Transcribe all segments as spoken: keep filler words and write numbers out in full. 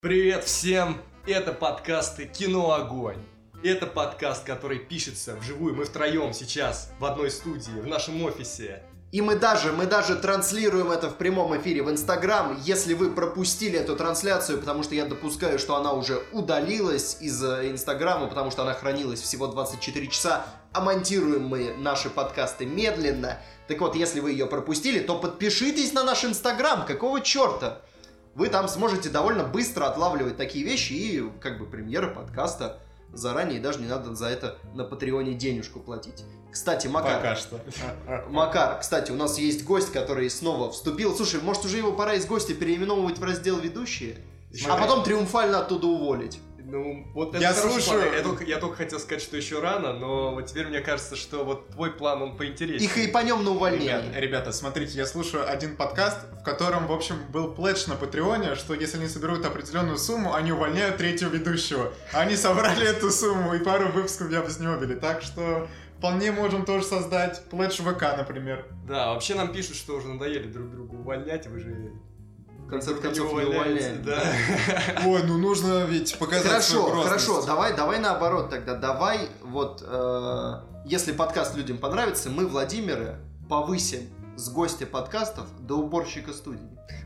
Привет всем! Это подкасты «Кино Огонь». Это подкаст, который пишется вживую. Мы втроем сейчас в одной студии, в нашем офисе. И мы даже, мы даже транслируем это в прямом эфире в Инстаграм. Если вы пропустили эту трансляцию, потому что я допускаю, что она уже удалилась из Инстаграма, потому что она хранилась всего двадцать четыре часа, а монтируем мы наши подкасты медленно. Так вот, если вы ее пропустили, то подпишитесь на наш Инстаграм. Какого черта? Вы там сможете довольно быстро отлавливать такие вещи и как бы премьера подкаста заранее, даже не надо за это на Патреоне денежку платить. Кстати, Макар... Пока что. Макар, кстати, у нас есть гость, который снова вступил. Слушай, может уже его пора из гостя переименовывать в раздел «Ведущие», а потом триумфально оттуда уволить. Ну, вот я это слушаю. Я только, я только хотел сказать, что еще рано, но вот теперь мне кажется, что вот твой план, он поинтереснее. И хайпанем на увольнение. Ребята, ребята, смотрите, я слушаю один подкаст, в котором, в общем, был пледж на Патреоне, что если они соберут определенную сумму, они увольняют третьего ведущего. Они собрали эту сумму, и пару выпусков я бы с него вели. Так что вполне можем тоже создать пледж ВК, например. Да, вообще нам пишут, что уже надоели друг друга увольнять, вы же... В конце концов, не увольняем. Да. Ой, ну нужно ведь показать Хорошо, свою грозность. хорошо, давай, давай наоборот тогда. Давай вот, э, если подкаст людям понравится, мы Владимира повысим с гостя подкастов до уборщика студии.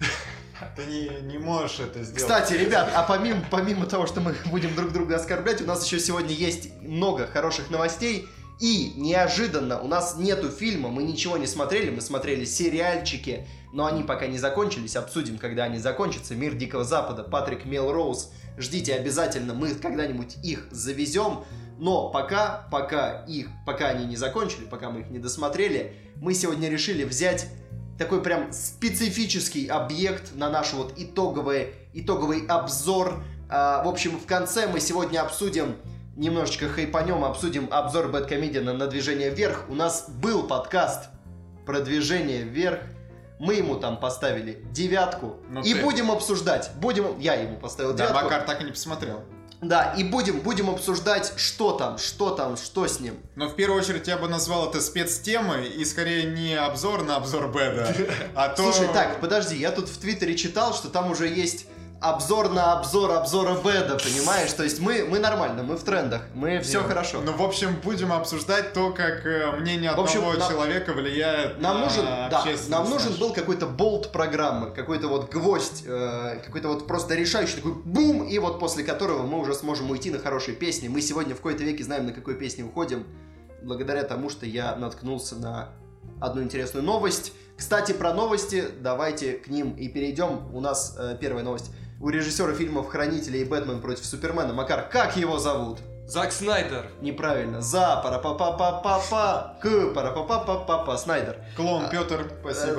Ты не, не можешь это сделать. Кстати, ребят, а помимо, помимо того, что мы будем друг друга оскорблять, у нас еще сегодня есть много хороших новостей. И неожиданно у нас нету фильма, мы ничего не смотрели, мы смотрели сериальчики, но они пока не закончились, обсудим, когда они закончатся. «Мир Дикого Запада», Патрик Мелроуз, ждите обязательно, мы когда-нибудь их завезем. Но пока, пока их, пока они не закончили, пока мы их не досмотрели, мы сегодня решили взять такой прям специфический объект на наш вот итоговый, итоговый обзор. А, в общем, в конце мы сегодня обсудим, немножечко хайпанем, обсудим обзор Бэдкомедиана на «Движение вверх». У нас был подкаст про «Движение вверх». Мы ему там поставили девятку. Ну и ты... будем обсуждать. Будем... Я ему поставил да, девятку. Макар так и не посмотрел. Да, и будем, будем обсуждать, что там, что там, что с ним. Но в первую очередь я бы назвал это спецтемой, и скорее не обзор на обзор Бэда, а то... Слушай, так, подожди, я тут в Твиттере читал, что там уже есть обзор на обзор обзора Бэда, понимаешь? То есть мы, мы нормально, мы в трендах, мы все Нет. хорошо. Ну, в общем, будем обсуждать то, как э, мнение одного в общем, человека нам, влияет нам на нужен, да, нам нужен нашу. был какой-то болт программы, какой-то вот гвоздь, э, какой-то вот просто решающий такой бум, и вот после которого мы уже сможем уйти на хорошие песни. Мы сегодня в кои-то веке знаем, на какой песне уходим, благодаря тому, что я наткнулся на одну интересную новость. Кстати, про новости, давайте к ним и перейдем. У нас э, первая новость. У режиссера фильмов «Хранители» и «Бэтмен против Супермена», Макар, как его зовут? Зак Снайдер. Неправильно. За, пара-па-па-па-па-па, к, пара-па-па-па-па-па, Снайдер. Клоун Петр, спасибо.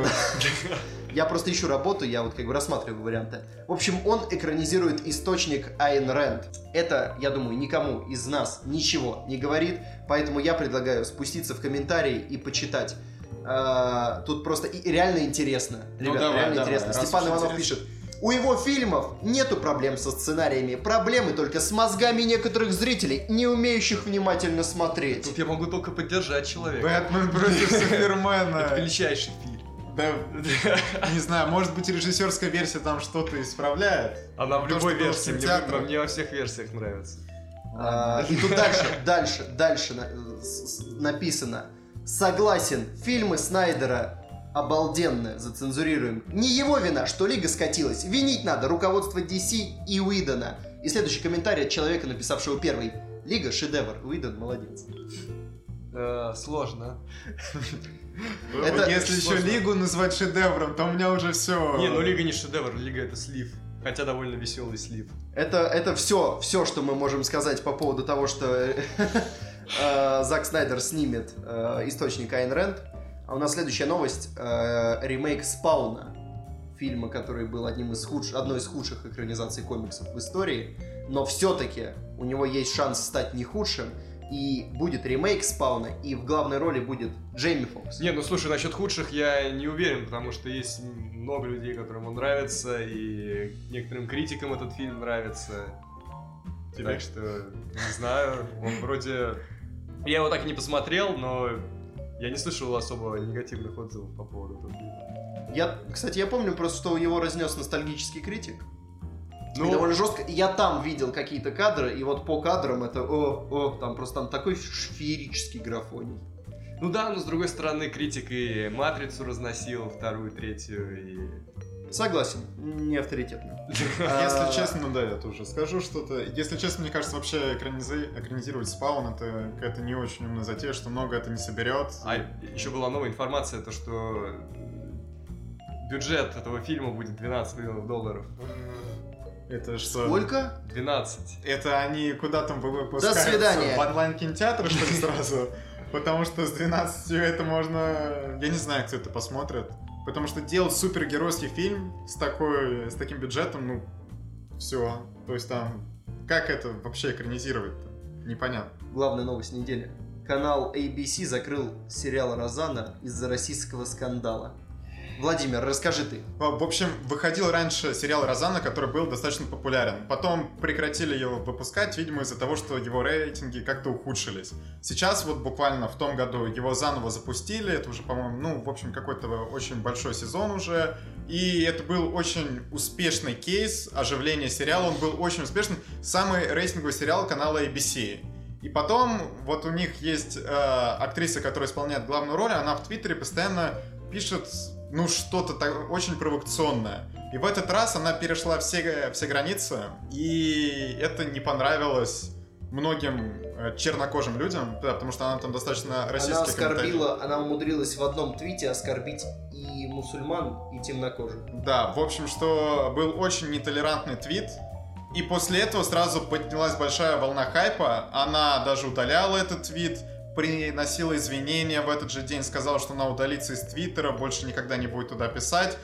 Я просто ищу работу, я вот как бы рассматриваю варианты. В общем, он экранизирует источник Айн Рэнд. Это, я думаю, никому из нас ничего не говорит, поэтому я предлагаю спуститься в комментарии и почитать. А, тут просто и реально интересно. Ну, Ребят, давай, реально давай, интересно. раз Степан уж Иванов интересно. пишет. У его фильмов нету проблем со сценариями, проблемы только с мозгами некоторых зрителей, не умеющих внимательно смотреть. Тут я могу только поддержать человека. Бэтмен против Супермена. Это величайший фильм. Да, не знаю, может быть, режиссерская версия там что-то исправляет. Она в То, любой что было в версии, мне, кинотеатре. мне во всех версиях нравится. А, и тут дальше, дальше, дальше на- с- с- написано. Согласен, фильмы Снайдера обалденные, зацензурируем. Не его вина, что Лига скатилась. Винить надо руководство ди си и Уидона. И следующий комментарий от человека, написавшего первый. Лига шедевр, Уидон молодец. Э, сложно. Это Если еще сложно. Лигу назвать шедевром, то у меня уже все. Не, ну Лига не шедевр, Лига это слив. Хотя довольно веселый слив. Это, это все, все, что мы можем сказать по поводу того, что э, Зак Снайдер снимет э, источник Айн Рэнд. А у нас следующая новость. Э, ремейк «Спауна». Фильма, который был одним из худш... одной из худших экранизаций комиксов в истории. Но все-таки у него есть шанс стать не худшим. И будет ремейк «Спауна», и в главной роли будет Джейми Фокс. Не, ну слушай, насчет худших я не уверен, потому что есть много людей, которым он нравится, и некоторым критикам этот фильм нравится. Тебе? Так что, не знаю, он вроде... Я его так и не посмотрел, но я не слышал особо негативных отзывов по поводу этого фильма. Я, кстати, я помню просто, что его разнес ностальгический критик. Ну, И довольно жестко. Я там видел какие-то кадры, и вот по кадрам это о, о, там просто там такой феерический графоний. ну да, но с другой стороны, критик и «Матрицу» разносил, вторую, третью, и... Согласен, не авторитетно. Если честно, ну да, я тоже скажу что-то. Если честно, мне кажется, вообще экранизи- экранизировать «Спаун» — это какая-то не очень умная затея, что много это не соберет. А еще была новая информация, то что бюджет этого фильма будет двенадцать миллионов долларов. Это что? Сколько? двенадцать. Это они куда там выпускаются? До свидания. В онлайн-кинотеатры, что ли, сразу? Потому что с двенадцатью это можно... Я не знаю, кто это посмотрит. Потому что делать супергеройский фильм с, такой, с таким бюджетом, ну, все. То есть там, как это вообще экранизировать-то? Непонятно. Главная новость недели. Канал эй би си закрыл сериал «Розана» из-за российского скандала. Владимир, расскажи ты. В общем, выходил раньше сериал «Розана», который был достаточно популярен. Потом прекратили его выпускать, видимо, из-за того, что его рейтинги как-то ухудшились. Сейчас вот буквально в том году его заново запустили. Это уже, по-моему, ну, в общем, какой-то очень большой сезон уже. И это был очень успешный кейс оживления сериала. Он был очень успешный. Самый рейтинговый сериал канала эй би си. И потом, вот у них есть э, актриса, которая исполняет главную роль. Она в Твиттере постоянно пишет... ну, что-то так, очень провокационное. И в этот раз она перешла все, все границы, и это не понравилось многим э, чернокожим людям, да, потому что она там достаточно российский. Она оскорбила, она умудрилась в одном твите оскорбить и мусульман, и темнокожих. Да, в общем, что был очень нетолерантный твит, и после этого сразу поднялась большая волна хайпа, она даже удаляла этот твит, приносила извинения в этот же день, сказала, что она удалится из Твиттера, больше никогда не будет туда писать.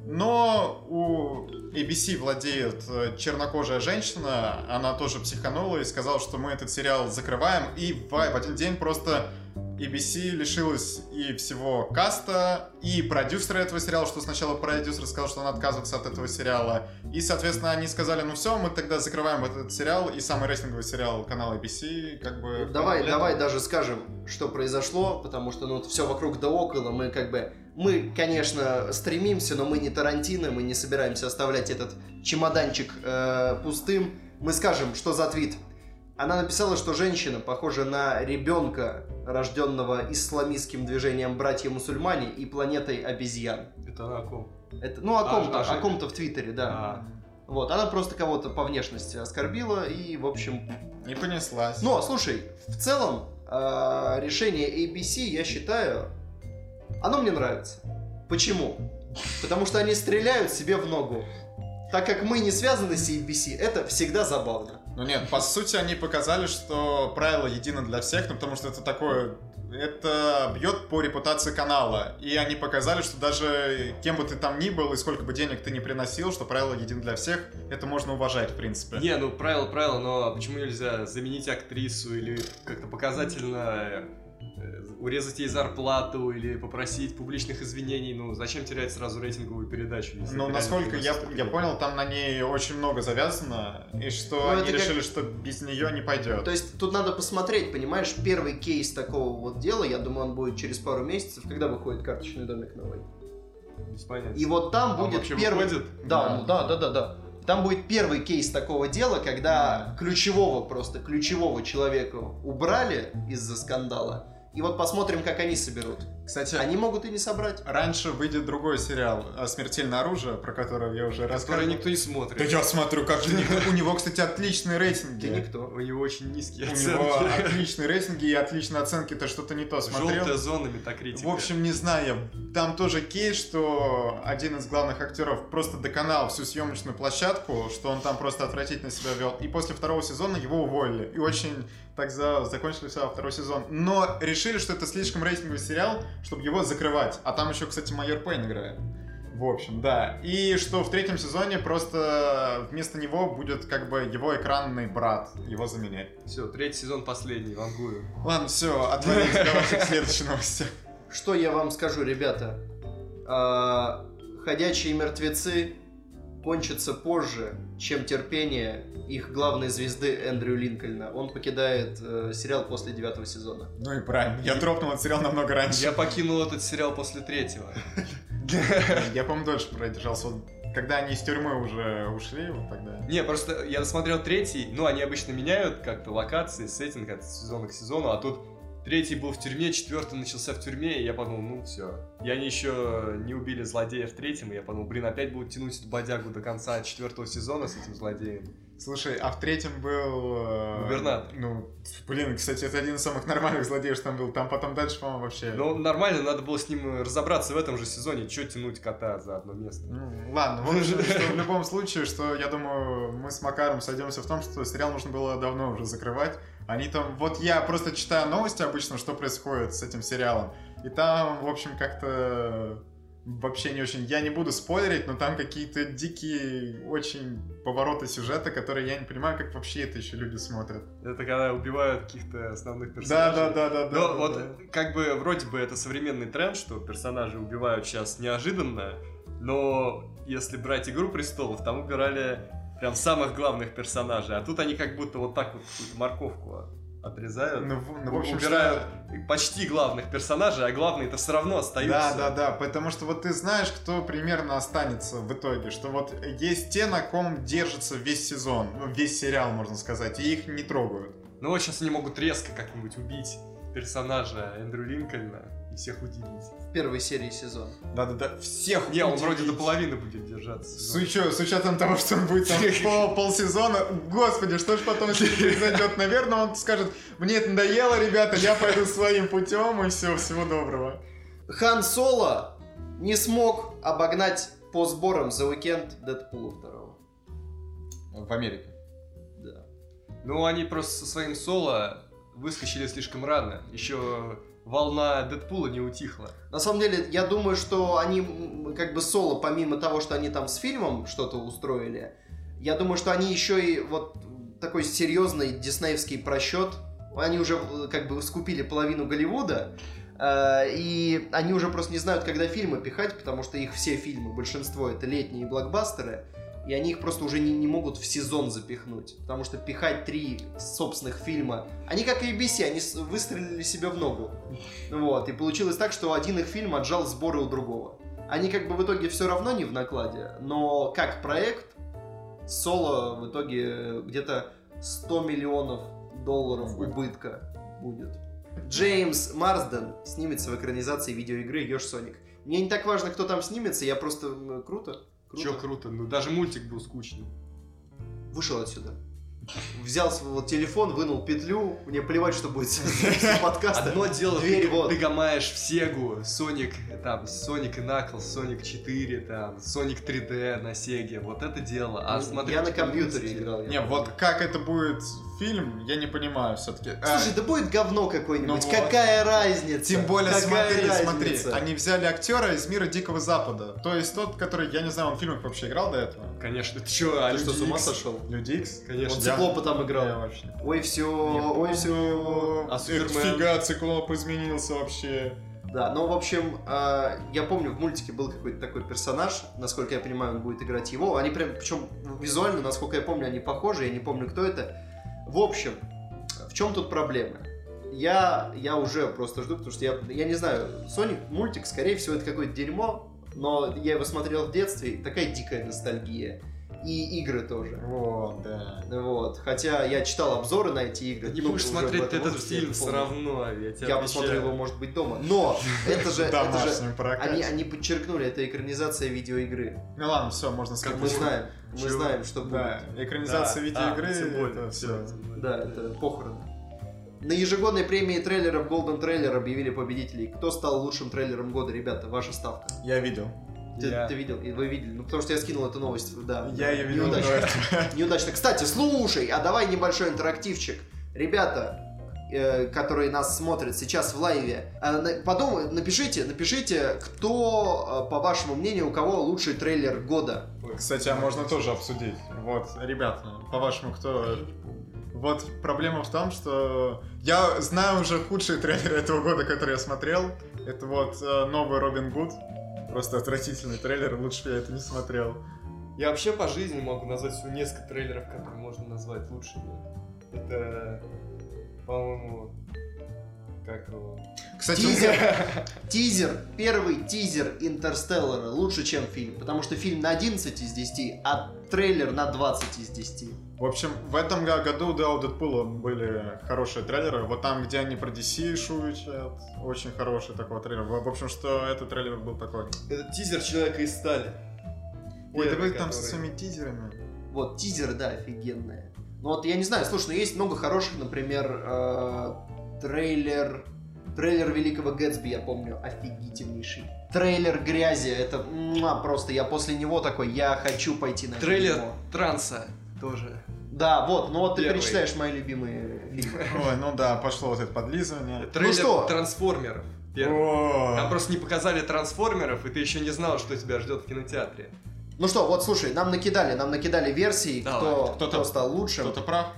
Но у эй би си владеет чернокожая женщина, она тоже психанула и сказала, что мы этот сериал закрываем. И в, в один день просто эй би си лишилась и всего каста, и продюсера этого сериала, что сначала продюсер сказал, что он отказывается от этого сериала. И, соответственно, они сказали, ну все, мы тогда закрываем этот сериал, и самый рейтинговый сериал канала эй би си, как бы... Давай, давай даже скажем, что произошло, потому что, ну, все вокруг да около, мы как бы... Мы, конечно, стремимся, но мы не Тарантино, мы не собираемся оставлять этот чемоданчик э, пустым. Мы скажем, что за твит. Она написала, что женщина похожа на ребенка, рожденного исламистским движением «Братья-мусульмане» и планетой обезьян. Это она о ком? Это, ну, о ком-то, А, а, о ком-то в Твиттере, да. А. Вот, она просто кого-то по внешности оскорбила и, в общем... Не понеслась. Но, слушай, в целом, э, решение эй би си, я считаю, оно мне нравится. Почему? Потому что они стреляют себе в ногу. Так как мы не связаны с эй би си, это всегда забавно. Ну нет, по сути они показали, что правило едино для всех, ну потому что это такое... Это бьет по репутации канала. И они показали, что даже кем бы ты там ни был и сколько бы денег ты ни приносил, что правило едино для всех, это можно уважать, в принципе. Не, ну правило, правило, но почему нельзя заменить актрису или как-то показательно урезать ей зарплату или попросить публичных извинений? Ну, зачем терять сразу рейтинговую передачу? Ну, насколько я, я понял, там на ней очень много завязано, и что ну, они решили, как... что без нее не пойдет. То есть тут надо посмотреть, понимаешь, первый кейс такого вот дела, я думаю, он будет через пару месяцев, когда выходит «Карточный домик» новый. Без понятия. И вот там а будет первый... Выходит? Да, Да. ну, да, да, да, да. Там будет первый кейс такого дела, когда Да. ключевого, просто ключевого человека убрали из-за скандала. И вот посмотрим, как они соберут. Кстати, Они могут и не собрать. раньше выйдет другой сериал «Смертельное оружие», про который я уже Который рассказывал. никто не смотрит. Да я смотрю, как же никто. У него, кстати, отличные рейтинги. Ты никто. У него очень низкие У оценки. него отличные рейтинги и отличные оценки, ты что-то не то смотрел. Желтая зона метакритика. В общем, не знаю, там тоже кейс, что один из главных актеров просто доконал всю съемочную площадку, что он там просто отвратительно себя вел. И после второго сезона его уволили. И очень так за... закончили все второй сезон. Но решили, что это слишком рейтинговый сериал, чтобы его закрывать. А там еще, кстати, майор Пейн играет. В общем, да. И что в третьем сезоне просто вместо него будет как бы его экранный брат. Его заменять. Все, третий сезон последний, вангую. Ладно, все, отвалите, давайте к следующей новости. Что я вам скажу, ребята? А, «Ходячие мертвецы» кончатся позже, чем терпение их главной звезды Эндрю Линкольна. Он покидает э, сериал после девятого сезона. Ну и правильно, я дропнул этот сериал намного раньше. Я покинул этот сериал после третьего. Я, по-моему, дольше продержался. Вот когда они из тюрьмы уже ушли, вот тогда. Не, просто я досмотрел третий, ну, они обычно меняют как-то локации, сеттинг от сезона к сезону, а тут третий был в тюрьме, четвертый начался в тюрьме, и я подумал, ну, все. И они еще не убили злодея в третьем, и я подумал, блин, опять будут тянуть эту бодягу до конца четвертого сезона с этим злодеем. Слушай, а в третьем был... Э, Губернатор. Ну, блин, кстати, это один из самых нормальных злодеев, что там был. Там потом дальше, по-моему, вообще... Ну, нормально, надо было с ним разобраться в этом же сезоне, что тянуть кота за одно место. Ну, ладно, вот что в любом случае, что, я думаю, мы с Макаром сойдемся в том, что сериал нужно было давно уже закрывать. Они там... Вот я просто читаю новости обычно, что происходит с этим сериалом, и там, в общем, как-то... Вообще не очень. Я не буду спойлерить, но там какие-то дикие очень повороты сюжета, которые я не понимаю, как вообще это еще люди смотрят. Это когда убивают каких-то основных Да, персонажей. да, да, да. Но да, вот да. как бы вроде бы это современный тренд, что персонажи убивают сейчас неожиданно, но если брать «Игру престолов», там убирали прям самых главных персонажей, а тут они как будто вот так вот морковку отрезают, Ну, в- ну, в общем, убирают почти главных персонажей, а главные-то все равно остаются. Да, да, да, потому что вот ты знаешь, кто примерно останется в итоге, что вот есть те, на ком держится весь сезон, ну, весь сериал, можно сказать, и их не трогают. Ну вот сейчас они могут резко как-нибудь убить персонажа Эндрю Линкольна и всех удивить. В первой серии сезона. Да-да-да, всех Не, он удивить. вроде до половины будет держаться. С, учё- с учетом того, что он будет там пол, полсезона, господи, что ж потом с ним произойдет? Наверное, он скажет, мне это надоело, ребята, я пойду своим путем, и все, всего доброго. Хан Соло не смог обогнать по сборам за уикенд Дэдпула второго. В Америке. Да. Ну, они просто со своим соло выскочили слишком рано. Еще волна Дэдпула не утихла. На самом деле, я думаю, что они м, как бы Соло, помимо того, что они там с фильмом что-то устроили, я думаю, что они еще и вот такой серьезный диснеевский просчет. Они уже э, как бы скупили половину Голливуда, э, и они уже просто не знают, когда фильмы пихать, потому что их все фильмы, большинство это летние блокбастеры, и они их просто уже не, не могут в сезон запихнуть, потому что пихать три собственных фильма, они как и эй би си, они с- выстрелили себе в ногу, вот, и получилось так, что один их фильм отжал сборы у другого. Они как бы в итоге все равно не в накладе, но как проект Соло в итоге где-то сто миллионов долларов убытка будет. Джеймс Марсден снимется в экранизации видеоигры Ёж Соник. Мне не так важно, кто там снимется, я просто... м, Круто. Круто. Че круто, ну даже мультик был скучный. Вышел отсюда. Взял свой вот телефон, вынул петлю. Мне плевать, что будет с подкаста. Одно дело, Дверь ты, вот. ты гамаешь в Сегу, Соник, там, Соник и Наклз, Соник четыре, там, Соник три дэ на Сеге, вот это дело. А смотреть Я на это компьютере мультики. играл. Не, вот как это будет фильм, я не понимаю все-таки. Слушай, да будет говно какое-нибудь. Ну вот. Какая разница? Тем более, Какая смотри, разница? смотри, они взяли актера из мира Дикого Запада. То есть тот, который, я не знаю, он в фильмах вообще играл до этого? Конечно, ты чё, а Ты что, Люди с ума Икс? сошел? Люди Икс? Конечно. Он Я- Циклопа там Я играл. вообще. Ой, все, ой, все. А Супермен? Фига, Циклоп изменился вообще. Да, ну, в общем, э, я помню, в мультике был какой-то такой персонаж, насколько я понимаю, он будет играть его. Они прям, причем визуально, насколько я помню, они похожи, я не помню, кто это. В общем, в чем тут проблема? Я, я уже просто жду, потому что я, я не знаю, Соник мультик, скорее всего, это какое-то дерьмо, но я его смотрел в детстве, и такая дикая ностальгия. И игры тоже. Вот, да. Вот. Хотя я читал обзоры на эти игры. Не ну, будешь уже в смотреть этом этот возрасте, я фильм это все помню. равно, я тебе Я отвечаю. посмотрю его, может быть, дома. Но это же, В это же домашнем прокате. они, они подчеркнули, это экранизация видеоигры. Ну ладно, все, можно сказать. Мы знаем, мы Чего? знаем, что Да, будет. экранизация Да, видеоигры, а, тем более, это всё, все. тем более. Да, это похороны. На ежегодной премии трейлеров Golden Trailer объявили победителей. Кто стал лучшим трейлером года, ребята? Ваша ставка. Я видел. Ты, Я. ты видел? И вы видели? Ну, потому что я скинул эту новость, да. Я ее видел. Неудачно. да. Неудачно. Кстати, слушай, а давай небольшой интерактивчик. Ребята, э, которые нас смотрят сейчас в лайве, э, на- подумай, напишите, напишите, кто, э, по вашему мнению, у кого лучший трейлер года. Кстати, а можно тоже обсудить. Вот, ребята, по-вашему, кто... Вот проблема в том, что я знаю уже худшие трейлеры этого года, которые я смотрел. Это вот э, новый Робин Гуд. Просто отвратительный трейлер, лучше бы я это не смотрел. Я вообще по жизни могу назвать всего несколько трейлеров, которые можно назвать лучшими. Это, по-моему, как его... Кстати, Тизер, тизер, первый тизер Интерстеллара лучше, чем фильм, потому что фильм на одиннадцать из десяти, а трейлер на двадцать из десяти. в общем, в этом га- году, да, у Дэдпула были хорошие трейлеры. Вот там, где они про ди си шутят, очень хороший такой трейлер. В в общем, что этот трейлер был такой. Это тизер Человека из стали. Ой, да Первый, вы там со который- своими тизерами. Вот, тизеры, да, офигенные. Ну вот, я не знаю, слушай, ну есть много хороших, например, э, трейлер... Трейлер Великого Гэтсби, я помню, офигительнейший. Трейлер Грязи, это муа, просто, я после него такой, я хочу пойти на это Трейлер кино. Транса тоже. Да, вот, ну вот ты Первый. перечисляешь мои любимые фильмы. Ой, ну да, пошло вот это подлизывание. Трейлер что? Трансформеров. Первый. Там О, просто не показали трансформеров, и ты еще не знал, что тебя ждет в кинотеатре. Ну что, вот слушай, нам накидали, нам накидали версии, Давай. кто, Кто-то- кто стал лучшим. кто-то прав?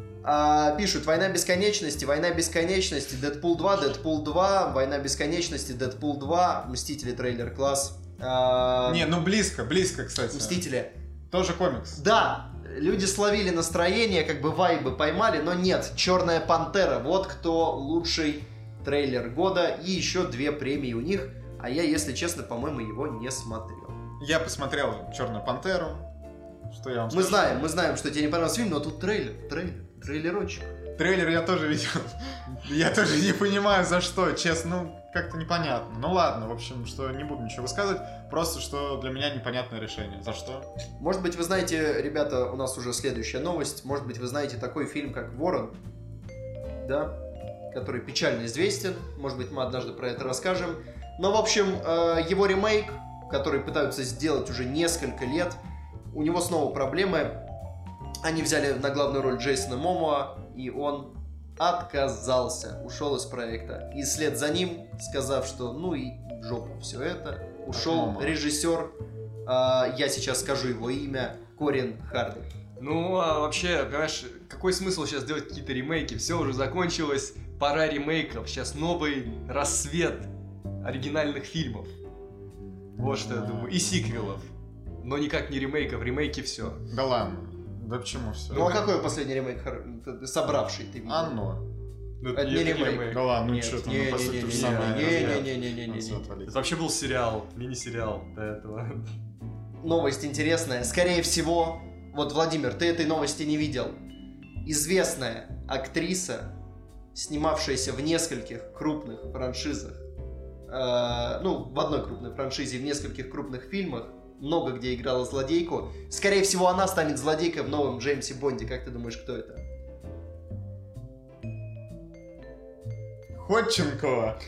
А, пишут «Война бесконечности», «Война бесконечности», «Дэдпул два», «Дэдпул два», «Война бесконечности», «Дэдпул два», «Мстители» трейлер класс. А, Не, ну близко, близко, кстати. «Мстители». Тоже комикс. Да, люди словили настроение, как бы вайбы поймали, но нет, «Черная пантера», вот кто лучший трейлер года, и еще две премии у них, а я, если честно, по-моему, его не смотрел. Я посмотрел Черную пантеру. Что я вам Мы скажу? знаем, мы знаем, что тебе не понравился фильм, но тут трейлер, трейлер, трейлерочек. Трейлер я тоже видел. Я тоже не понимаю, за что, честно, ну, как-то непонятно. Ну ладно, в общем, что не буду ничего высказывать, просто что для меня непонятное решение. За что? Может быть, вы знаете, ребята, у нас уже следующая новость. Может быть, вы знаете такой фильм, как «Ворон», да, который печально известен. Может быть, мы однажды про это расскажем. Но, в общем, э, его ремейк, который пытаются сделать уже несколько лет, у него снова проблемы. Они взяли на главную роль Джейсона Момоа, и он отказался, ушел из проекта. И вслед за ним, сказав, что ну и в жопу все это, ушел Момоа. режиссер, э, я сейчас скажу его имя, Корин Хардик. Ну, а вообще, понимаешь, какой смысл сейчас делать какие-то ремейки? Все уже закончилось, пора ремейков. Сейчас новый рассвет оригинальных фильмов. Вот что я думаю. И сиквелов. Но никак не ремейков, ремейки все. Да ладно. Да почему все? Ну а какой последний ремейк хор- ты- собравший ты видел? Оно. Это не ремейк. Да ладно, ну Нет, что там, не, ну не, по не, сути не, то же не, самое. не, размер. не, не, не, не, Ну, всё, не. отвали. Это вообще был сериал, мини-сериал до этого. Новость интересная. Скорее всего, вот, Владимир, ты этой новости не видел. Известная актриса, снимавшаяся в нескольких крупных франшизах, э, ну, в одной крупной франшизе, в нескольких крупных фильмах, много где играла злодейку. Скорее всего, она станет злодейкой в новом Джеймсе Бонде. Как ты думаешь, кто это? Ходченкова.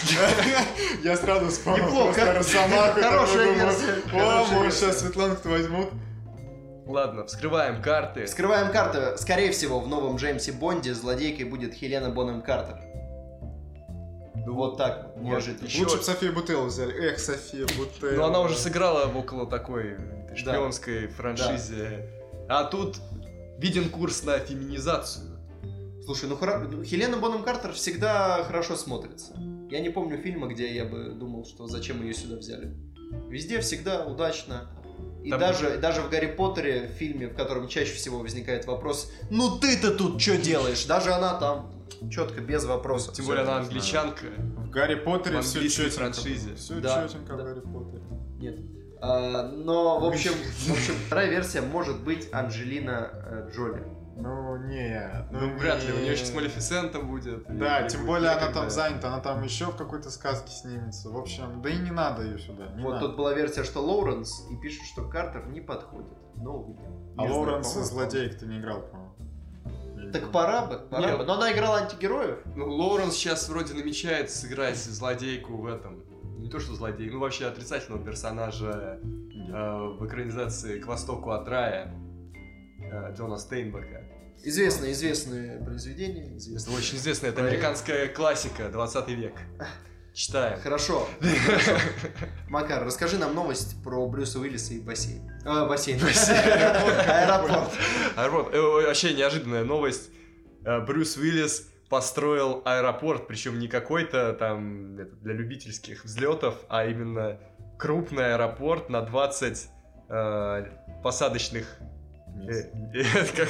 Я сразу вспомнил Неплохо. просто Росомаху. Хорошая такой думаю, версия. О, Хорошая может, версия. сейчас Светланку-то возьмут. Ладно, вскрываем карты. Вскрываем карты. Скорее всего, в новом Джеймсе Бонде злодейкой будет Хелена Бонем Картер. Ну, Вот так, вот, неожиданно. еще- Лучше бы Софию Бутеллу взяли. Эх, София Бутелла. Ну, она уже сыграла в около такой шпионской франшизе. А тут виден курс на феминизацию. Слушай, ну хоро- Хелена Бонем Картер всегда хорошо смотрится. Я не помню фильма, где я бы думал, что зачем ее сюда взяли. Везде всегда удачно. И Там- даже, даже в Гарри Поттере, в фильме, в котором чаще всего возникает вопрос, ну ты-то тут что делаешь? Даже она там четко, без вопросов. Тем более она не знаю. англичанка. В Гарри Поттере В все английской четенько. франшизе. Все Да, четенько да. в Гарри Поттере. Нет. А, но, в общем, в общем, вторая версия может быть Анджелина э, Джоли. Ну, нет. Ну, вряд ли, у нее не. сейчас Малефисента будет. Да, и тем будет более она некогда. там занята, она там еще в какой-то сказке снимется. В общем, да и не надо ее сюда. Не Вот надо. тут была версия, что Лоуренс, и пишут, что Картер не подходит. Но увидим. А Не знаю, Лоуренс по-моему, злодейк-то не играл, по-моему. Так пора бы, пора Нет. бы. Но она играла антигероев. Ну, Лоуренс сейчас вроде намечает сыграть злодейку в этом. Не то, что злодей, ну вообще отрицательного персонажа э, в экранизации «К востоку от рая» э, Джона Стейнбека. Известное, известное произведение. Известное. Это очень известная, это американская классика, двадцатый век. Читаем. Хорошо. Хорошо. Макар, расскажи нам новость про Брюса Уиллиса и бассейн. А, бассейн. Аэропорт. Аэропорт. Э, Вообще неожиданная новость. Э, Брюс Уиллис построил аэропорт, причем не какой-то там это, для любительских взлетов, а именно крупный аэропорт на двадцать э, посадочных э, э, как,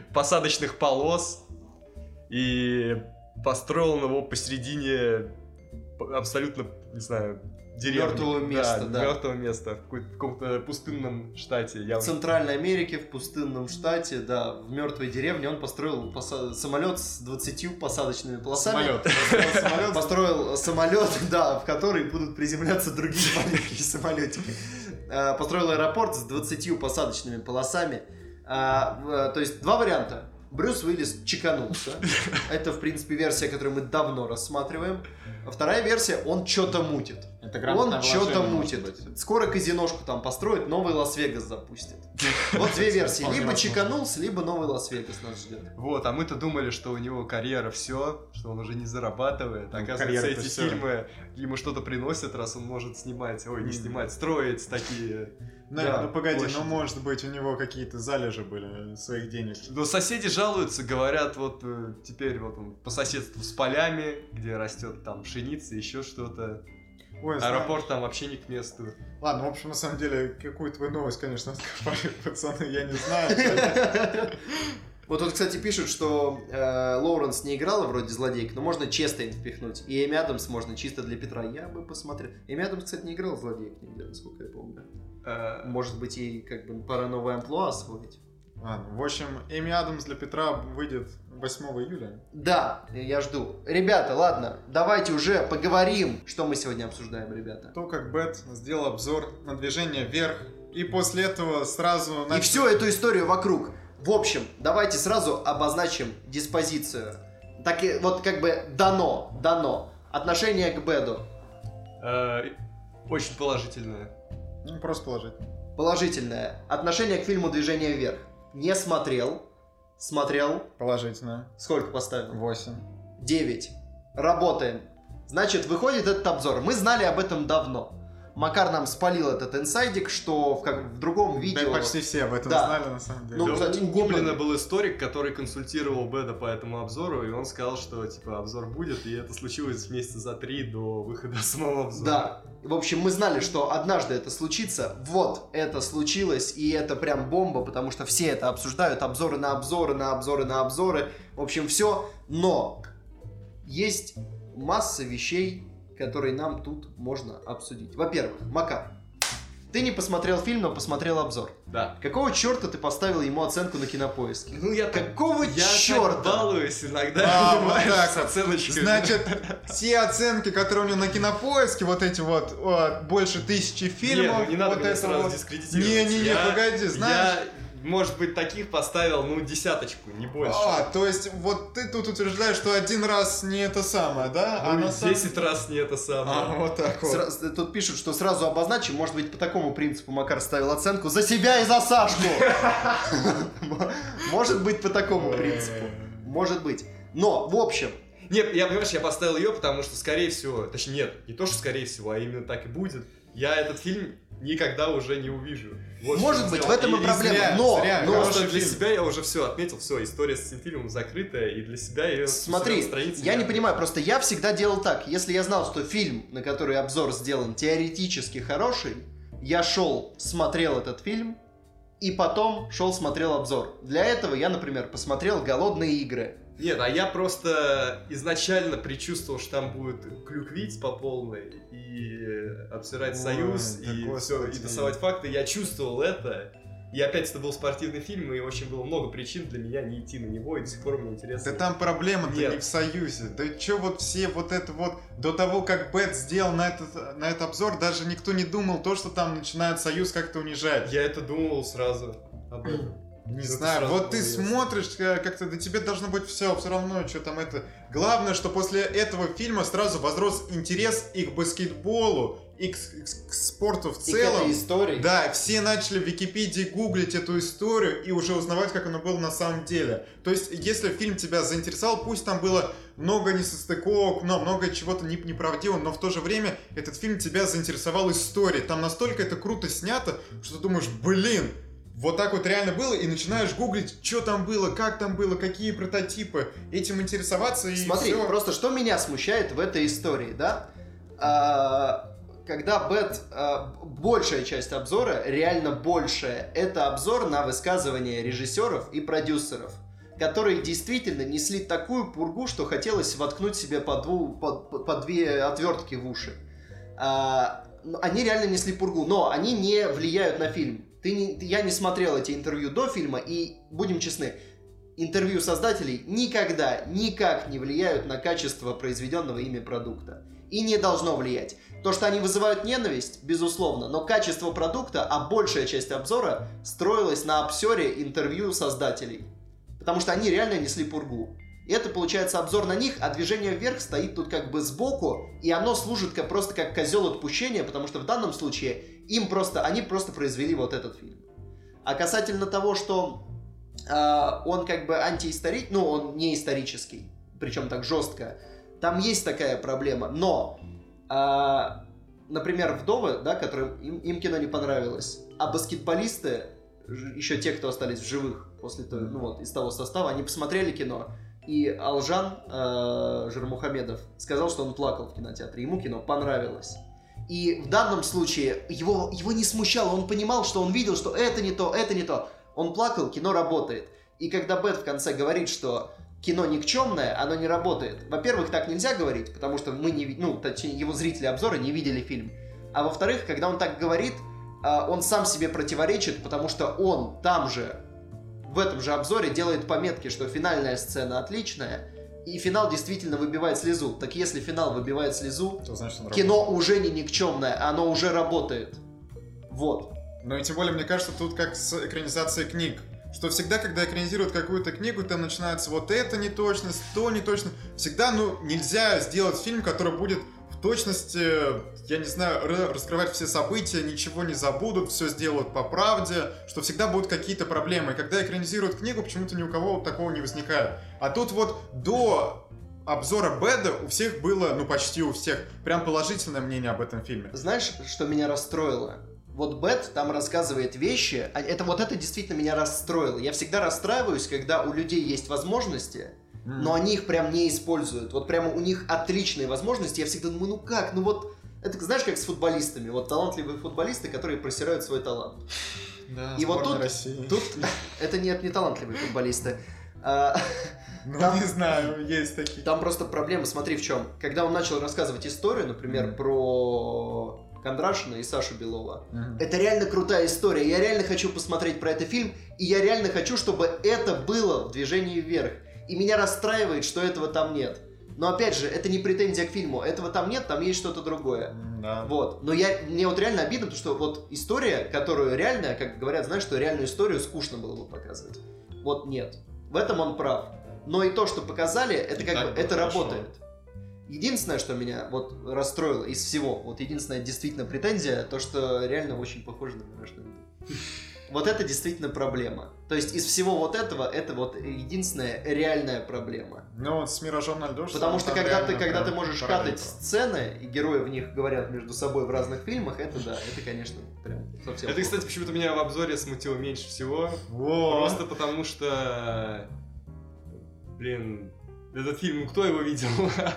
посадочных полос, и построил он его посередине абсолютно, не знаю, деревни. Мертвого места, да. Мертвого места, в каком-то пустынном штате. Я в Центральной Америке, в пустынном штате, да, в мертвой деревне он построил поса- самолет с двадцатью посадочными полосами. Самолет. Самолет. Построил самолет, да, в который будут приземляться другие маленькие самолетики. Построил аэропорт с двадцатью посадочными полосами. То есть два варианта. Брюс Уиллис чеканулся. Это, в принципе, версия, которую мы давно рассматриваем. Вторая версия, он что-то мутит. Это он что-то мутит. Скоро казиношку там построит, новый Лас-Вегас запустит. Вот две версии. Либо чеканулся, либо новый Лас-Вегас нас ждет. Вот, а мы-то думали, что у него карьера все, что он уже не зарабатывает. Оказывается, эти фильмы ему что-то приносят, раз он может снимать, ой, не снимать, строить такие... Ну, да, ну погоди, площадь. Ну может быть у него какие-то залежи были своих денег. Но соседи жалуются, говорят, вот теперь вот он по соседству с полями, где растет там пшеница, еще что-то. Ой, аэропорт знаешь... там вообще не к месту. Ладно, в общем, на самом деле, какую твою новость, конечно, откопали, пацаны, я не знаю. Вот тут, кстати, пишут, что э, Лоуренс не играла вроде злодейка, но можно Честейн впихнуть. И Эми Адамс можно чисто для Петра. Я бы посмотрел. Эми Адамс, кстати, не играл злодейк нигде, насколько я помню. Э, Может быть, ей как бы пора новое амплуа освоить. Ладно, в общем, Эми Адамс для Петра выйдет восьмого июля. Да, я жду. Ребята, ладно, давайте уже поговорим, что мы сегодня обсуждаем, ребята. То, как Бэт сделал обзор на движение вверх, и после этого сразу... Начали... И всю эту историю вокруг. В общем, давайте сразу обозначим диспозицию. Так и вот как бы дано, дано. Отношение к Бэду. Очень положительное. Ну, просто положительное. Положительное. Отношение к фильму «Движение вверх». Не смотрел. Смотрел. Положительное. Сколько поставил? Восемь. Девять. Работаем. Значит, выходит этот обзор. Мы знали об этом давно. Макар нам спалил этот инсайдик, что в, как, в другом видео... Да, почти все об этом да. знали, на самом деле. Ну, да, кстати, у Гоблина был историк, который консультировал Бэда по этому обзору, и он сказал, что, типа, обзор будет, и это случилось месяца за три до выхода самого обзора. Да. В общем, мы знали, что однажды это случится. Вот, это случилось, и это прям бомба, потому что все это обсуждают. Обзоры на обзоры, на обзоры, на обзоры. В общем, все. Но есть масса вещей, которые нам тут можно обсудить. Во-первых, Макар, ты не посмотрел фильм, но посмотрел обзор. Да. Какого черта ты поставил ему оценку на Кинопоиске? Ну я Какого я черта? Я балуюсь иногда. А, вот так, с оценочкой. Значит, все оценки, которые у него на Кинопоиске, вот эти вот, о, больше тысячи фильмов. Не, ну не надо вот меня это сразу вот... дискредитировать. Не-не-не, я, погоди, знаешь... Я... Может быть, таких поставил, ну, десяточку, не больше. А, то есть, вот ты тут утверждаешь, что один раз не это самое, да? Ну, а на десять самом... раз не это самое. А, вот так вот. Сра- тут пишут, что сразу обозначим, может быть, по такому принципу Макар ставил оценку за себя и за Сашку. Может быть, по такому принципу. Может быть. Но, в общем... Нет, я, понимаешь, я поставил ее, потому что, скорее всего... Точнее, нет, не то, что скорее всего, а именно так и будет. Я этот фильм никогда уже не увижу. Вот может быть, в этом и, и проблема, зря, но, зря, но просто для себя я уже все отметил, все, история с этим фильмом закрытая, и для себя ее... Смотри, я не понимаю, просто я всегда делал так, если я знал, что фильм, на который обзор сделан, теоретически хороший, я шел, смотрел этот фильм, и потом шел, смотрел обзор. Для этого я, например, посмотрел «Голодные игры». Нет, а я просто изначально предчувствовал, что там будет клюквить по полной и обсирать Ой, Союз и все, и тасовать факты. Я чувствовал это. И опять это был спортивный фильм, и очень было много причин для меня не идти на него, и до сих пор мне интересно. Да там проблема-то не в Союзе. Да чё вот все вот это вот... До того, как Бэт сделал на этот, на этот обзор, даже никто не думал то, что там начинает Союз как-то унижать. Я это думал сразу об этом. Не это знаю, вот ты ясно. Смотришь, как-то до тебе должно быть все, все равно, что там это... Главное, что после этого фильма сразу возрос интерес и к баскетболу, и к, к, к спорту в целом. И к этой истории. Да, все начали в Википедии гуглить эту историю и уже узнавать, как оно было на самом деле. То есть, если фильм тебя заинтересовал, пусть там было много несостыковок, но много чего-то неправдивого, но в то же время этот фильм тебя заинтересовал историей. Там настолько это круто снято, что ты думаешь, блин, вот так вот реально было, и начинаешь гуглить, что там было, как там было, какие прототипы, этим интересоваться и Смотри, все. Просто что меня смущает в этой истории, да? А, когда Бэт, а, большая часть обзора, реально большая, это обзор на высказывания режиссеров и продюсеров. которые действительно несли такую пургу, что хотелось воткнуть себе по, дву, по, по две отвертки в уши. А, они реально несли пургу, но они не влияют на фильм. Ты не, я не смотрел эти интервью до фильма, и, будем честны, интервью создателей никогда, никак не влияют на качество произведенного ими продукта. И не должно влиять. То, что они вызывают ненависть, безусловно, но качество продукта, а большая часть обзора, строилась на обзоре интервью создателей. Потому что они реально несли пургу. И это, получается, обзор на них, а движение вверх стоит тут как бы сбоку, и оно служит как, просто как козел отпущения, потому что в данном случае им просто, они просто произвели вот этот фильм. А касательно того, что э, он как бы антиисторический, ну, он не исторический, причем так жестко, там есть такая проблема, но, э, например, «Вдовы», да, которым им, им кино не понравилось, а баскетболисты, еще те, кто остались в живых после того, ну вот, из того состава, они посмотрели кино, и Алжан э, Жирмухамедов сказал, что он плакал в кинотеатре, ему кино понравилось. И в данном случае его, его не смущало, он понимал, что он видел, что это не то, это не то. Он плакал, кино работает. И когда Бэт в конце говорит, что кино никчемное, оно не работает. Во-первых, так нельзя говорить, потому что мы не, ну, точнее, его зрители обзора не видели фильм. А во-вторых, когда он так говорит, он сам себе противоречит, потому что он там же, в этом же обзоре делает пометки, что финальная сцена отличная, и финал действительно выбивает слезу. Так если финал выбивает слезу, то значит, он кино работает. уже не никчемное, оно уже работает. Вот. Ну и тем более, мне кажется, тут как с экранизацией книг. Что всегда, когда экранизируют какую-то книгу, там начинается вот это неточность, то неточно. Всегда, ну, нельзя сделать фильм, который будет в точности, я не знаю, раскрывать все события, ничего не забудут, все сделают по правде, что всегда будут какие-то проблемы. И когда экранизируют книгу, почему-то ни у кого такого не возникает. А тут вот до обзора Бэда у всех было, ну почти у всех, прям положительное мнение об этом фильме. Знаешь, что меня расстроило? Вот Бэт там рассказывает вещи, а это вот это действительно меня расстроило. Я всегда расстраиваюсь, когда у людей есть возможности, mm. но они их прям не используют. Вот прямо у них отличные возможности. Я всегда думаю, ну как, ну вот... Это знаешь, как с футболистами. Вот талантливые футболисты, которые просирают свой талант. Да, и вот тут, России. тут... Это не, не талантливые футболисты. Ну, там, не знаю, есть такие. Там просто проблема, смотри в чем. Когда он начал рассказывать историю, например, mm. про... Кондрашина и Сашу Белова. Mm-hmm. Это реально крутая история. Я реально хочу посмотреть про этот фильм, и я реально хочу, чтобы это было в движении вверх. И меня расстраивает, что этого там нет. Но опять же, это не претензия к фильму. Этого там нет, там есть что-то другое. Mm-hmm. Вот. Но я, мне вот реально обидно, потому что вот история, которую реально, как говорят, знаешь, что реальную историю скучно было бы показывать. Вот нет. В этом он прав. Но и то, что показали, это как бы, это хорошо. Работает. Единственное, что меня вот расстроило из всего, вот единственная действительно претензия, то, что реально очень похоже на «Миражную игру». Вот это действительно проблема. То есть из всего вот этого, это вот единственная реальная проблема. Ну вот с «Миражом на льду». Потому что когда ты, когда ты можешь катать сцены, и герои в них говорят между собой в разных фильмах, это да, это, конечно, прям совсем... Это, кстати, почему-то меня в обзоре смутило меньше всего. Во. Просто потому что... Блин, этот фильм, кто его видел?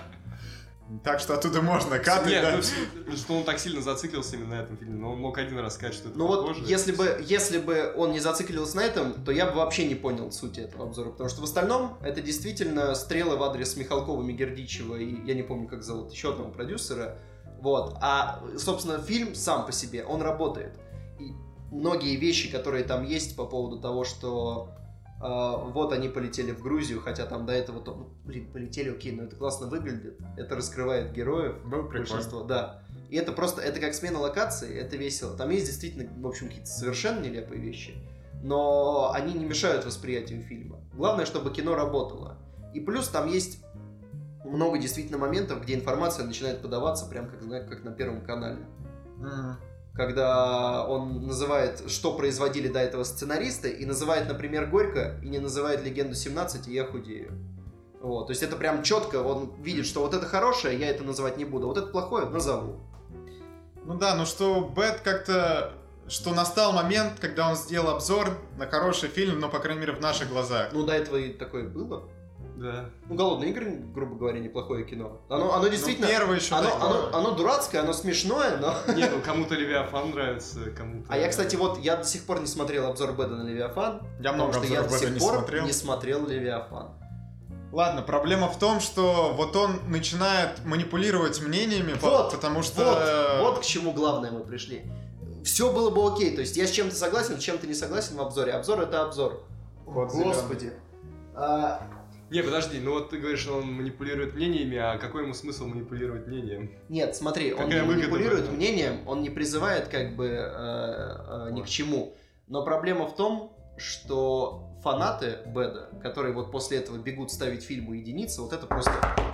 Так что оттуда можно катать, Нет, да? ну, что он так сильно зациклился именно на этом фильме, но он мог один раз сказать, что это ну похоже. Вот, если бы, если бы он не зациклился на этом, то я бы вообще не понял сути этого обзора, потому что в остальном это действительно стрелы в адрес Михалкова, Мегердичева и я не помню, как зовут, еще одного продюсера, вот, а, собственно, фильм сам по себе, он работает, и многие вещи, которые там есть по поводу того, что... Uh, вот они полетели в Грузию, хотя там до этого, то, ну, блин, полетели, окей, но это классно выглядит, это раскрывает героев, большинство, да. И это просто, это как смена локации, это весело. Там есть действительно, в общем, какие-то совершенно нелепые вещи, но они не мешают восприятию фильма. Главное, чтобы кино работало. И плюс там есть много действительно моментов, где информация начинает подаваться прям как, как на Первом канале. Mm-hmm. Когда он называет, что производили до этого сценаристы, и называет, например, Горько, и не называет «Легенду семнадцать», и «Я худею». Вот, то есть это прям четко, он видит, что вот это хорошее, я это называть не буду, вот это плохое назову. Ну да, ну что Бэт как-то, что настал момент, когда он сделал обзор на хороший фильм, но, по крайней мере, в наших глазах. Ну до этого и такое было. Да. Ну, «Голодные игры», грубо говоря, неплохое кино. Оно, оно действительно... Ну, первое еще оно, такое. оно, оно дурацкое, оно смешное, но... Не, ну кому-то Левиафан нравится, кому-то... А я, кстати, вот, я до сих пор не смотрел обзор Бэда на Левиафан. Я много потому что я обзоров до сих Бэда не пор смотрел. не смотрел Левиафан. Ладно, проблема в том, что вот он начинает манипулировать мнениями, Вот, потому что... Вот, вот к чему главное мы пришли. Все было бы окей, то есть я с чем-то согласен, с чем-то не согласен в обзоре. Обзор — это обзор. Вот Господи. А, Не, подожди, ну вот ты говоришь, что он манипулирует мнениями, а какой ему смысл манипулировать мнением? Нет, смотри, он Какая не выгода манипулирует в этом? мнением, он не призывает как бы э, э, ни к чему. Но проблема в том, что фанаты Бэда, которые вот после этого бегут ставить фильму единицы, вот это просто...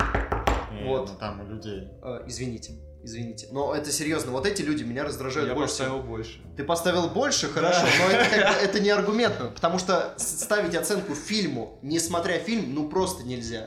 Не, Вот. ну там у людей. э, извините, извините. Но это серьезно, вот эти люди меня раздражают Я больше. поставил больше. Ты поставил больше, хорошо, но это, как бы, это не аргумент, потому что с- ставить оценку фильму, не смотря фильм, ну просто нельзя.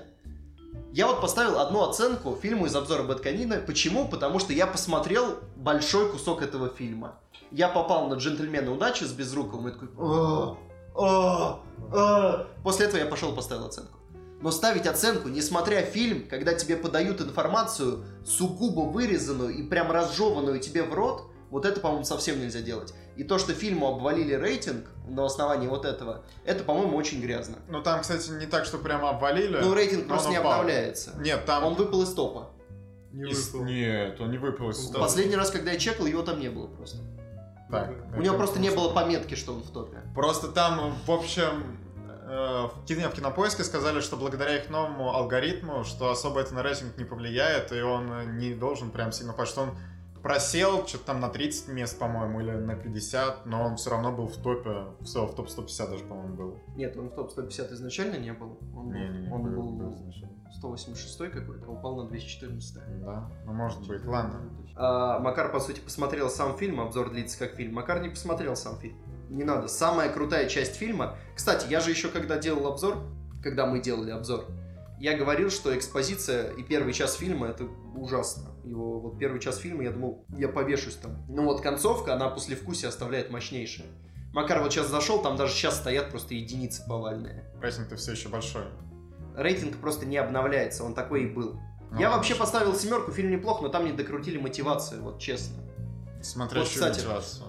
Я вот поставил одну оценку фильму из обзора Бэдканина. Почему? Потому что я посмотрел большой кусок этого фильма. Я попал на «Джентльмены удачи» с Безруковым и такой... «А, а, а». После этого я пошел и поставил оценку. Но ставить оценку, не смотря фильм, когда тебе подают информацию сугубо вырезанную и прям разжеванную тебе в рот, вот это, по-моему, совсем нельзя делать. И то, что фильму обвалили рейтинг на основании вот этого, это, по-моему, очень грязно. Ну там, кстати, не так, что прямо обвалили. Ну, рейтинг но просто он не упал. обновляется. Нет, там... Он выпал из топа. Не из- выпал. Нет, он не выпал из топа. Последний раз, когда я чекал, его там не было просто. Так, У него это просто не было пометки, что он в топе. Просто там, в общем, э, в кино, в Кинопоиске сказали, что благодаря их новому алгоритму, что особо это на рейтинг не повлияет, и он э, не должен прям сильно упасть, что он просел что-то там на тридцать мест, по-моему, или на пятьдесят, но он все равно был в топе, все, в топ сто пятьдесят даже, по-моему, был. Нет, он в топ сто пятьдесят изначально не был. Он, был- Не-не-не, он был- был был изначально. сто восемьдесят шестой какой-то, а упал на двести четырнадцатый. Да, ну может быть, ладно. А, Макар, по сути, посмотрел сам фильм, обзор длится как фильм. Макар не посмотрел сам фильм. Не надо. Самая крутая часть фильма... Кстати, я же еще когда делал обзор, когда мы делали обзор, я говорил, что экспозиция и первый час фильма — это ужасно. Его вот первый час фильма, я думал, я повешусь там. Ну вот концовка, она послевкусие оставляет мощнейшее. Макар вот сейчас зашел, там даже сейчас стоят просто единицы повальные. Рейтинг-то все еще большой. Рейтинг просто не обновляется, он такой и был. Ну, я ладно. все поставил семерку, фильм неплох, но там не докрутили мотивацию, вот честно. Смотрящую Вот, кстати, мотивацию.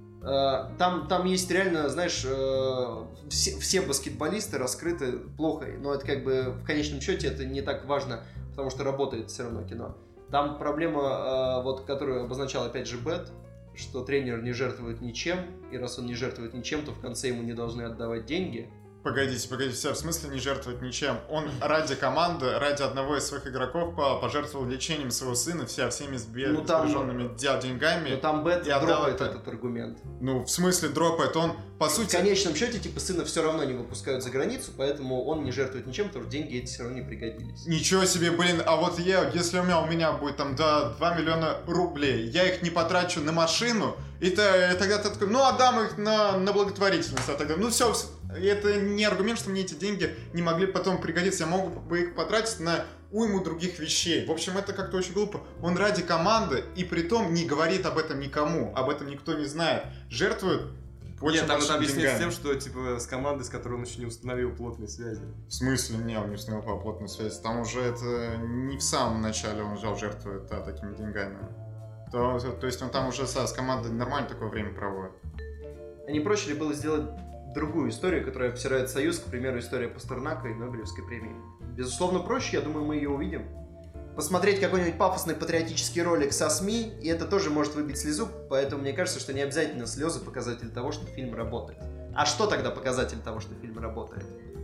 Э, Там, там есть реально, знаешь, э, все, все баскетболисты раскрыты плохо, но это как бы в конечном счете это не так важно, потому что работает все равно кино. Там проблема, э, вот, которую обозначал опять же Бэт, что тренер не жертвует ничем, и раз он не жертвует ничем, то в конце ему не должны отдавать деньги. Погодите, погодите, в смысле не жертвовать ничем? Он ради команды, ради одного из своих игроков по- пожертвовал лечением своего сына, вся, всеми сбе- Ну, там- сбереженными дел- деньгами. Но там Бэт и отдал дропает это- этот аргумент. Ну, в смысле дропает? Он, по В сути... конечном счете, типа, сына все равно не выпускают за границу, поэтому он не жертвует ничем, потому что деньги эти все равно не пригодились. Ничего себе, блин, а вот я, если у меня, у меня будет там до два миллиона рублей, я их не потрачу на машину, и, то, и тогда ты такой, ну, отдам их на, на благотворительность, а тогда, ну, все, это не аргумент, что мне эти деньги не могли потом пригодиться, я мог бы их потратить на уйму других вещей. В общем, это как-то очень глупо. Он ради команды, и притом не говорит об этом никому, об этом никто не знает, жертвует очень Нет, там это большими объясняется деньгами. тем, что типа с командой, с которой он еще не установил плотной связи. В смысле? Не, он не установил по плотной связи. Там уже это не в самом начале он взял жертвует да, такими деньгами. То, то есть он там уже со, с командой нормально такое время проводит. А не проще ли было сделать другую историю, которая обсирает Союз, к примеру, история Пастернака и Нобелевской премии? Безусловно, проще, я думаю, мы ее увидим. Посмотреть какой-нибудь пафосный патриотический ролик со СМИ, и это тоже может выбить слезу, поэтому мне кажется, что не обязательно слезы показатель того, что фильм работает. А что тогда показатель того, что фильм работает?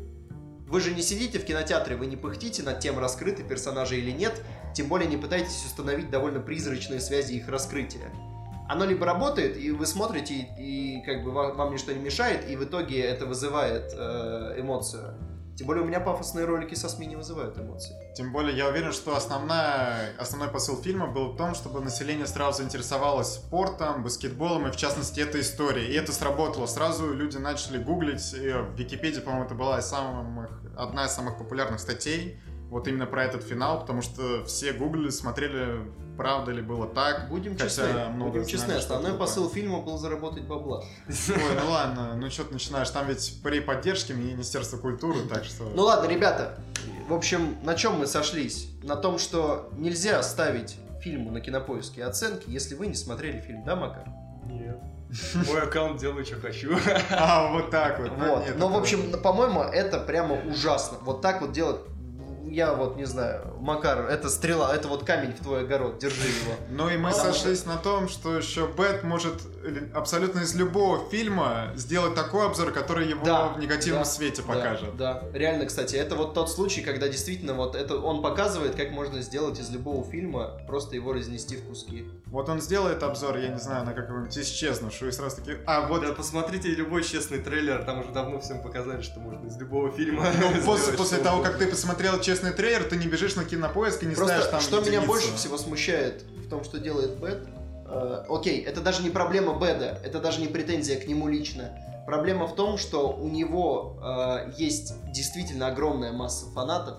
Вы же не сидите в кинотеатре, вы не пыхтите над тем, раскрыты персонажи или нет, тем более не пытаетесь установить довольно призрачные связи их раскрытия. Оно либо работает, и вы смотрите, и, и как бы вам, вам ничто не мешает, и в итоге это вызывает э, эмоцию. Тем более у меня пафосные ролики со СМИ не вызывают эмоций. Тем более я уверен, что основная, основной посыл фильма был в том, чтобы население сразу заинтересовалось спортом, баскетболом и в частности этой историей. И это сработало. Сразу люди начали гуглить. И в Википедии, по-моему, это была из самых, одна из самых популярных статей. Вот именно про этот финал, потому что все гуглили, смотрели, правда ли было так. Будем хотя честны, много будем честны, знали, что основной это посыл фильма был заработать бабла. Ой, ну ладно, ну что ты начинаешь, там ведь при поддержке Министерства культуры, так что... Ну ладно, ребята, в общем, на чем мы сошлись? На том, что нельзя ставить фильму на Кинопоиске оценки, если вы не смотрели фильм, да, Макар? Нет. Мой аккаунт делаю, что хочу. А, вот так вот. Вот. Нет, Но, в это- общем, по-моему, это прямо ужасно. Вот так вот делать. Я вот не знаю, Макар, это стрела, это вот камень в твой огород, держи его. Ну и мы Потому сошлись на том, что еще Бэт может ли- абсолютно из любого фильма сделать такой обзор, который его Да, в негативном да, свете Да, покажет. Да, реально, кстати, это вот тот случай, когда действительно вот это он показывает, как можно сделать из любого фильма, просто его разнести в куски. Вот он сделает обзор, я не знаю, на какую-нибудь исчезнувшую, и сразу таки, а вот Да, посмотрите любой честный трейлер, там уже давно всем показали, что можно из любого фильма. ну, после, сделать после что того, угодно. как ты посмотрел честный трейлер, ты не бежишь на Кинопоиск и не Просто ставишь там что меня единицу. больше всего смущает в том, что делает Бэт, э, окей, это даже не проблема Бэда, это даже не претензия к нему лично. Проблема в том, что у него э, есть действительно огромная масса фанатов,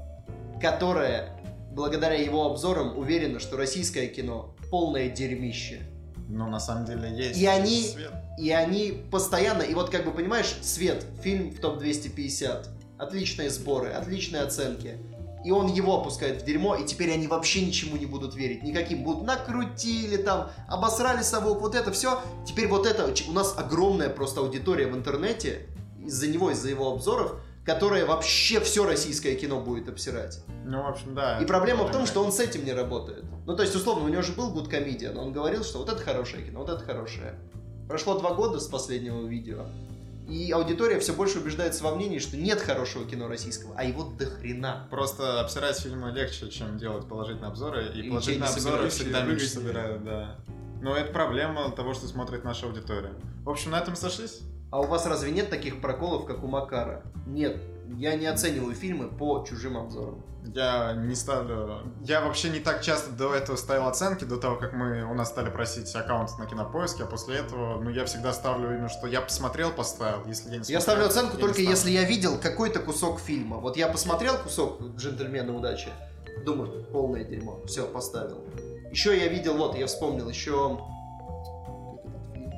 которая, благодаря его обзорам, уверена, что российское кино полное дерьмище. Ну, на самом деле, есть И они- свет. И они постоянно, и вот как бы понимаешь, Свет, фильм в топ двести пятьдесят, отличные сборы, отличные оценки. И он его опускает в дерьмо, и теперь они вообще ничему не будут верить. Никаким будут накрутили там, обосрали совок, вот это все. Теперь вот это, у нас огромная просто аудитория в интернете, из-за него, из-за его обзоров, которая вообще все российское кино будет обсирать. Ну, в общем, да. И это проблема в том, проблема. что он с этим не работает. Ну, то есть, условно, у него же был Good Comedian, он говорил, что вот это хорошее кино, вот это хорошее. Прошло два года с последнего видео, и аудитория все больше убеждается во мнении, что нет хорошего кино российского, а его до хрена. Просто обсирать фильмы легче, чем делать положительные обзоры, и, И положительные деньги обзоры собираешь, всегда и меньше выгоднее. собирают, да. Но это проблема того, что смотрит наша аудитория. В общем, на этом сошлись? А у вас разве нет таких проколов, как у Макара? Нет, я не оцениваю фильмы по чужим обзорам. Я не ставлю... Я вообще не так часто до этого ставил оценки, до того, как мы у нас стали просить аккаунт на Кинопоиске, а после этого, ну, я всегда ставлю именно, что я посмотрел, поставил, если я не смотрел... Я ставлю оценку я только не ставлю. если я видел какой-то кусок фильма. Вот я посмотрел кусок «Джентльмены удачи», думаю, полное дерьмо, все, поставил. Еще я видел, вот, я вспомнил, еще... Как этот фильм?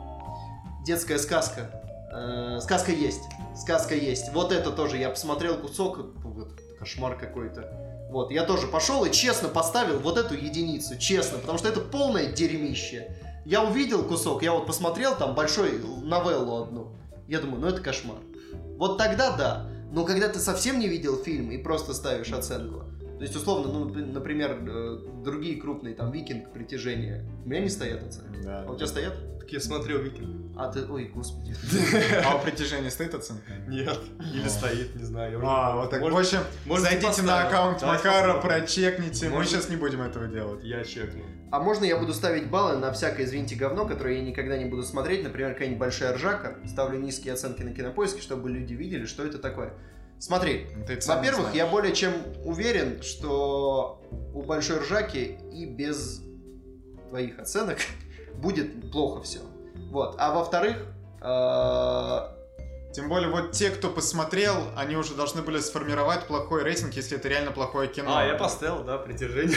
Детская сказка. Э, сказка есть. Сказка есть. Вот это тоже. Я посмотрел кусок. Вот, кошмар какой-то. Вот, я тоже пошел и честно поставил вот эту единицу. Честно. Потому что это полное дерьмище. Я увидел кусок, я вот посмотрел там большой новеллу одну. Я думаю, ну это кошмар. Вот тогда да. Но когда ты совсем не видел фильм и просто ставишь оценку. То есть, условно, ну, например, э, другие крупные, там, «Викинг», «Притяжение», у меня не стоят оценки. Да. А у тебя стоят? Так я смотрел «Викинг». А ты, ой, господи. А у «Притяжения» стоит оценка? Нет. Или О. стоит, не знаю. я уже- А, вот так. Может, В общем, может, зайдите поставил. на аккаунт Давай Макара, попробуем. прочекните. Мы Может- сейчас не будем этого делать. Я чекну. А можно я буду ставить баллы на всякое, извините, говно, которое я никогда не буду смотреть? Например, какая-нибудь большая ржака. Ставлю низкие оценки на Кинопоиске, чтобы люди видели, что это такое. Смотри, Ты это сам не во-первых, я знаешь. более чем уверен, что у большой ржаки и без твоих оценок будет плохо все. Вот. А во-вторых, э, Тем более, вот те, кто посмотрел, они уже должны были сформировать плохой рейтинг, если это реально плохое кино. А, я поставил, да, «Притяжение».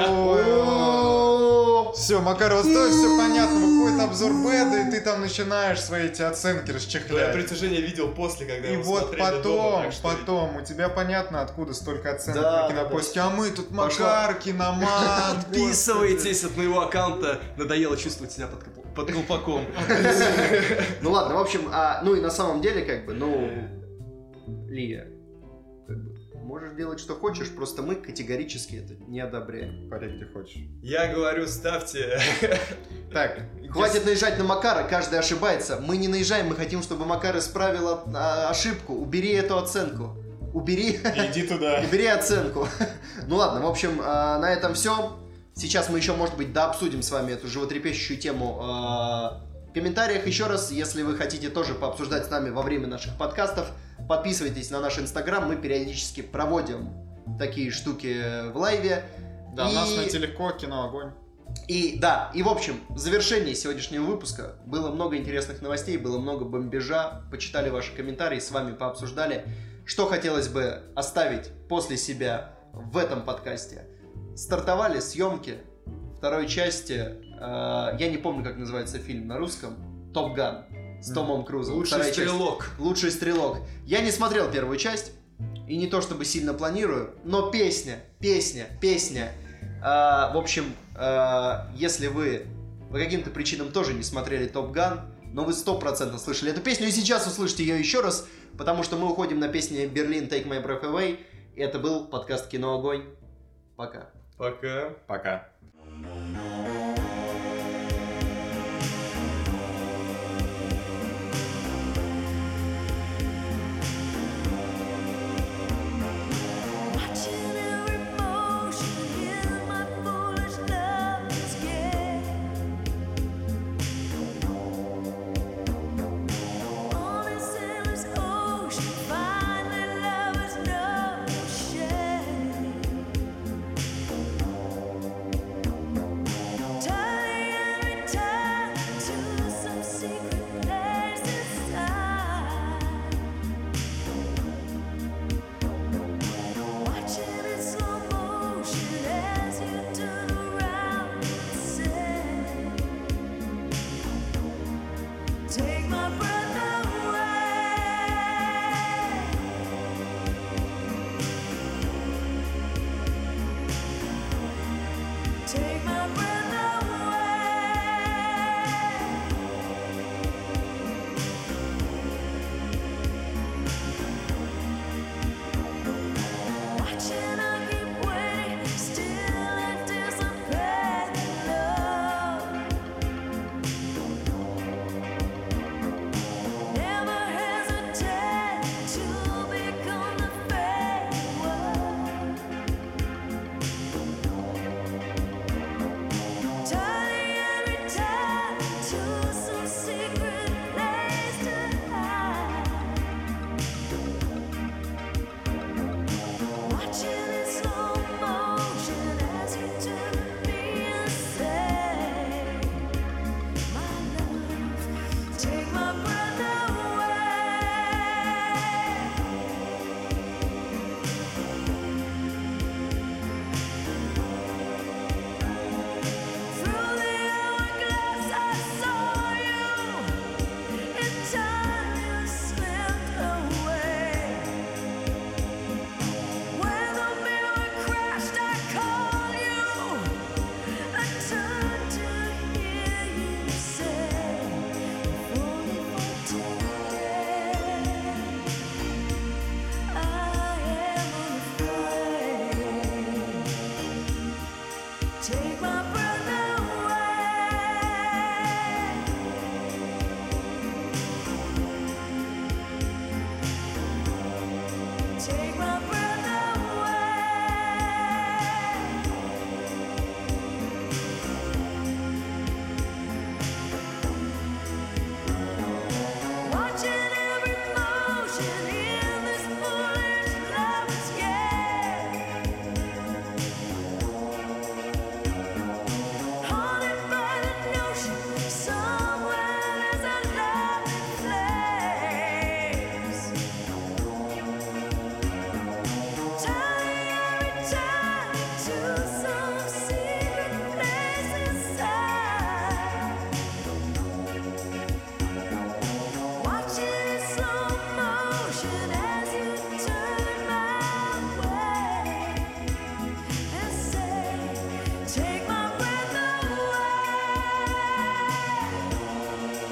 Все, Макарова, стой, все понятно, выходит обзор Бэда, и ты там начинаешь свои эти оценки Да, я расчехлять. «Притяжение» видел после, когда И его вот смотрели дома, потом, так что- потом, у тебя понятно, откуда столько оценок Да, на Кинопоиске, а мы тут Пошла. Макар, киноман. Подписывайтесь от моего аккаунта. Надоело чувствовать себя под, капо- под колпаком. ну ладно, в общем, а, ну и на самом деле, как бы, ну, Лия, как бы, можешь делать, что хочешь, просто мы категорически это не одобряем. Пари, где хочешь. Я говорю, ставьте. Так, Хватит наезжать на Макара, каждый ошибается. Мы не наезжаем, мы хотим, чтобы Макар исправил а, ошибку. Убери эту оценку. Убери, иди туда. убери оценку. Ну ладно, в общем, а, на этом все. Сейчас мы еще, может быть, дообсудим с вами эту животрепещущую тему а, в комментариях. Еще раз, если вы хотите тоже пообсуждать с нами во время наших подкастов, подписывайтесь на наш инстаграм. Мы периодически проводим такие штуки в лайве. Да, у нас И- найти легко, кино огонь. И да, и в общем, в завершении сегодняшнего выпуска было много интересных новостей, было много бомбежа, почитали ваши комментарии, с вами пообсуждали, что хотелось бы оставить после себя в этом подкасте. Стартовали съемки второй части, э, я не помню, как называется фильм на русском, «Топ Ган» с Томом Крузом. Лучший Вторая часть. стрелок. Лучший стрелок. Я не смотрел первую часть, и не то чтобы сильно планирую, но песня, песня, песня. А, в общем, а, если вы по каким-то причинам тоже не смотрели Топ Ган, но вы стопроцентно слышали эту песню, и сейчас услышите ее еще раз, потому что мы уходим на песне «Берлин, Take My Breath Away». И это был подкаст «Кино Огонь». Пока. Пока. Пока.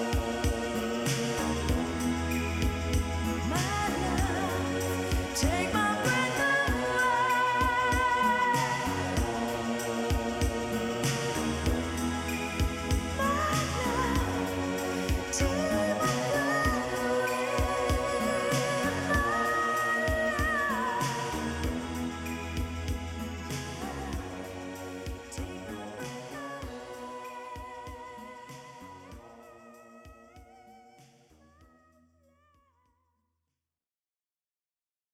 Take